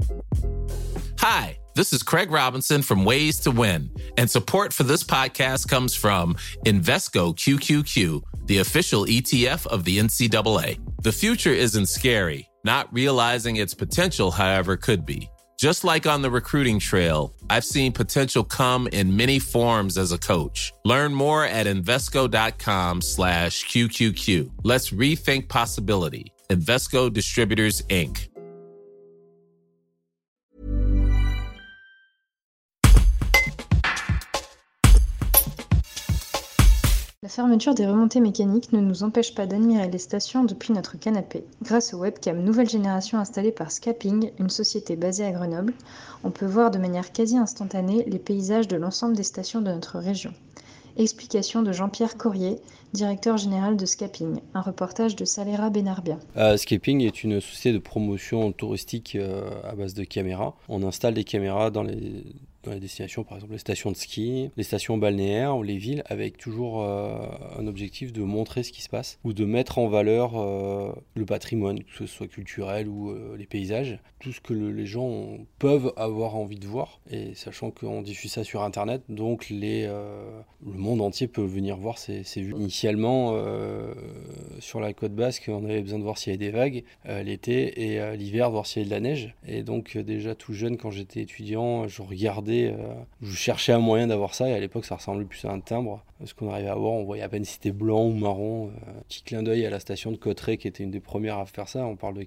Hi, this is Craig Robinson from Ways to Win, and support for this podcast comes from Invesco QQQ, the official ETF of the NCAA. The future isn't scary. Not realizing its potential, however, could be. Just like on the recruiting trail, I've seen potential come in many forms as a coach. Learn more at Invesco.com/QQQ. Let's rethink possibility. Invesco Distributors, Inc. La fermeture des remontées mécaniques ne nous empêche pas d'admirer les stations depuis notre canapé. Grâce aux webcams nouvelle génération installées par Scaping, une société basée à Grenoble, on peut voir de manière quasi instantanée les paysages de l'ensemble des stations de notre région. Explication de Jean-Pierre Corrier, directeur général de Scaping. Un reportage de Salera Benarbia. Scaping est une société de promotion touristique à base de caméras. On installe des caméras dans les destinations, par exemple les stations de ski, les stations balnéaires ou les villes, avec toujours un objectif de montrer ce qui se passe ou de mettre en valeur le patrimoine, que ce soit culturel ou les paysages, tout ce que les gens peuvent avoir envie de voir. Et sachant qu'on diffuse ça sur Internet, donc le monde entier peut venir voir ces vues. Initialement, sur la côte basque, on avait besoin de voir s'il y avait des vagues l'été et l'hiver, voir s'il y avait de la neige. Et donc déjà tout jeune, quand j'étais étudiant, je regardais, je cherchais un moyen d'avoir ça, et à l'époque ça ressemblait plus à un timbre. Ce qu'on arrivait à voir, on voyait à peine si c'était blanc ou marron. Petit clin d'œil à la station de Cauterets qui était une des premières à faire ça, on parle de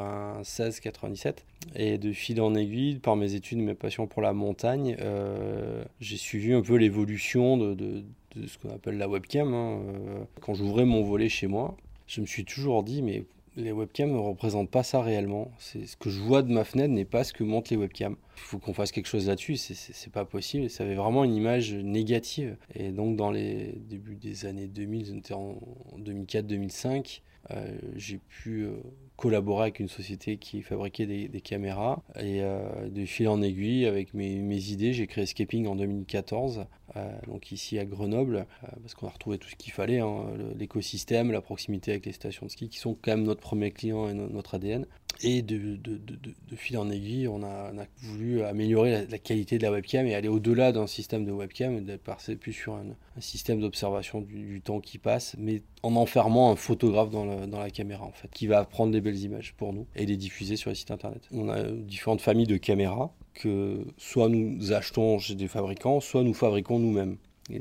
96-97. Et de fil en aiguille, par mes études, mes passions pour la montagne, j'ai suivi un peu l'évolution de ce qu'on appelle la webcam. Quand j'ouvrais mon volet chez moi, je me suis toujours dit, mais les webcams ne représentent pas ça réellement. C'est ce que je vois de ma fenêtre n'est pas ce que montrent les webcams. Il faut qu'on fasse quelque chose là-dessus, c'est pas possible. Ça avait vraiment une image négative. Et donc dans les débuts des années 2000, c'était en 2004-2005, j'ai pu collaborer avec une société qui fabriquait des caméras. Et de fil en aiguille, avec mes idées, j'ai créé Scaping en 2014. Donc ici à Grenoble, parce qu'on a retrouvé tout ce qu'il fallait, l'écosystème, la proximité avec les stations de ski, qui sont quand même notre premier client et notre ADN. Et de fil en aiguille, on a voulu améliorer la qualité de la webcam et aller au-delà d'un système de webcam et de passer plus sur un système d'observation du temps qui passe, mais en enfermant un photographe dans la caméra, en fait, qui va prendre des belles images pour nous et les diffuser sur les sites internet. On a différentes familles de caméras que soit nous achetons chez des fabricants, soit nous fabriquons nous-mêmes. Et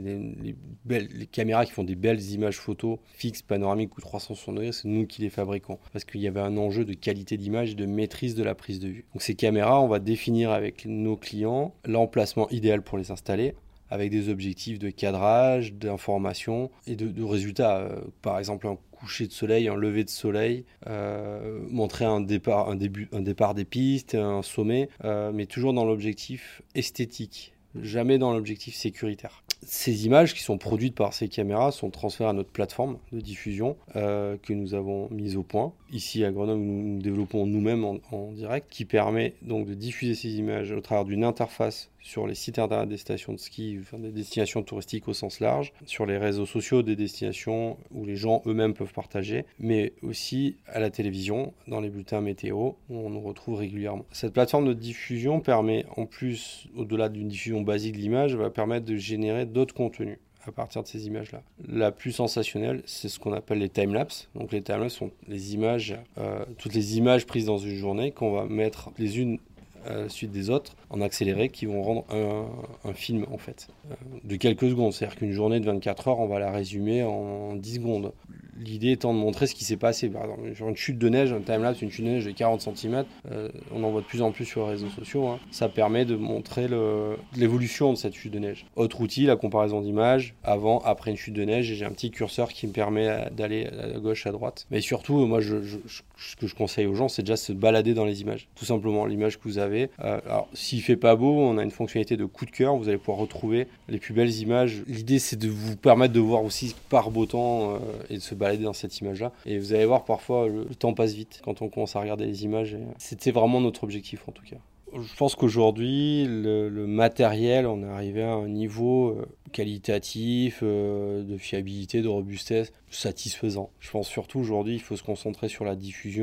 les caméras qui font des belles images photos fixes, panoramiques ou 360 degrés, c'est nous qui les fabriquons. Parce qu'il y avait un enjeu de qualité d'image et de maîtrise de la prise de vue. Donc ces caméras, on va définir avec nos clients l'emplacement idéal pour les installer, avec des objectifs de cadrage, d'information et de résultats. Par exemple, un coucher de soleil, un lever de soleil, montrer un départ des pistes, un sommet, mais toujours dans l'objectif esthétique, jamais dans l'objectif sécuritaire. Ces images qui sont produites par ces caméras sont transférées à notre plateforme de diffusion que nous avons mise au point. Ici à Grenoble, nous développons nous-mêmes en direct, qui permet donc de diffuser ces images au travers d'une interface sur les sites internet des stations de ski, enfin des destinations touristiques au sens large, sur les réseaux sociaux des destinations où les gens eux-mêmes peuvent partager, mais aussi à la télévision, dans les bulletins météo, où on nous retrouve régulièrement. Cette plateforme de diffusion permet, en plus, au-delà d'une diffusion basique de l'image, va permettre de générer d'autres contenus à partir de ces images-là. La plus sensationnelle, c'est ce qu'on appelle les timelapses. Donc les timelapses sont les images, toutes les images prises dans une journée qu'on va mettre les unes à la suite des autres en accéléré, qui vont rendre un film en fait de quelques secondes. C'est-à-dire qu'une journée de 24 heures, on va la résumer en 10 secondes. L'idée étant de montrer ce qui s'est passé. Par exemple, sur une chute de neige, un timelapse, une chute de neige de 40 cm, on en voit de plus en plus sur les réseaux sociaux. Ça permet de montrer l'évolution de cette chute de neige. Autre outil, la comparaison d'images, avant, après une chute de neige, et j'ai un petit curseur qui me permet d'aller à gauche, à droite. Mais surtout, moi, ce que je conseille aux gens, c'est déjà se balader dans les images. Tout simplement, l'image que vous avez. Alors, s'il fait pas beau, on a une fonctionnalité de coup de cœur. Vous allez pouvoir retrouver les plus belles images. L'idée, c'est de vous permettre de voir aussi par beau temps et de se balader dans cette image-là. Et vous allez voir, parfois, le temps passe vite quand on commence à regarder les images. C'était vraiment notre objectif, en tout cas. Je pense qu'aujourd'hui, le matériel, on est arrivé à un niveau qualitatif, de fiabilité, de robustesse satisfaisant. Je pense surtout aujourd'hui, il faut se concentrer sur la diffusion.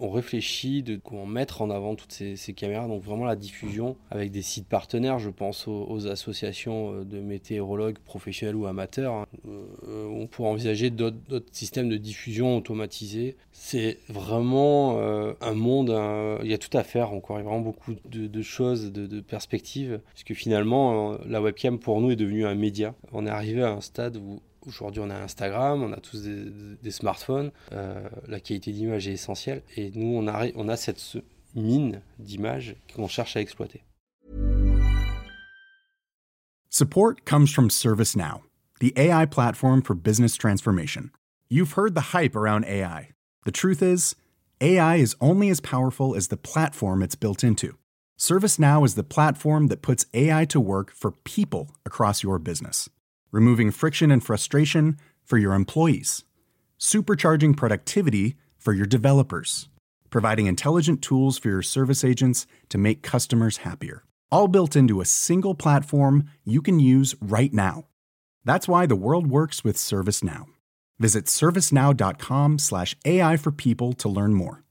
on réfléchit de comment mettre en avant toutes ces caméras, donc vraiment la diffusion avec des sites partenaires, je pense aux associations de météorologues professionnels ou amateurs. On pourrait envisager d'autres systèmes de diffusion automatisés. C'est vraiment un monde, il y a tout à faire encore, il y a vraiment beaucoup de choses, de perspectives, parce que finalement, la webcam pour nous est devenue un média. On est arrivé à un stade où aujourd'hui, on a Instagram, on a tous des smartphones, la qualité d'image est essentielle, et nous, on a cette mine d'images qu'on cherche à exploiter. Support comes from ServiceNow, the AI platform for business transformation. You've heard the hype around AI. The truth is, AI is only as powerful as the platform it's built into. ServiceNow is the platform that puts AI to work for people across your business. Removing friction and frustration for your employees, supercharging productivity for your developers, providing intelligent tools for your service agents to make customers happier, all built into a single platform you can use right now. That's why the world works with ServiceNow. Visit servicenow.com/AI for people to learn more.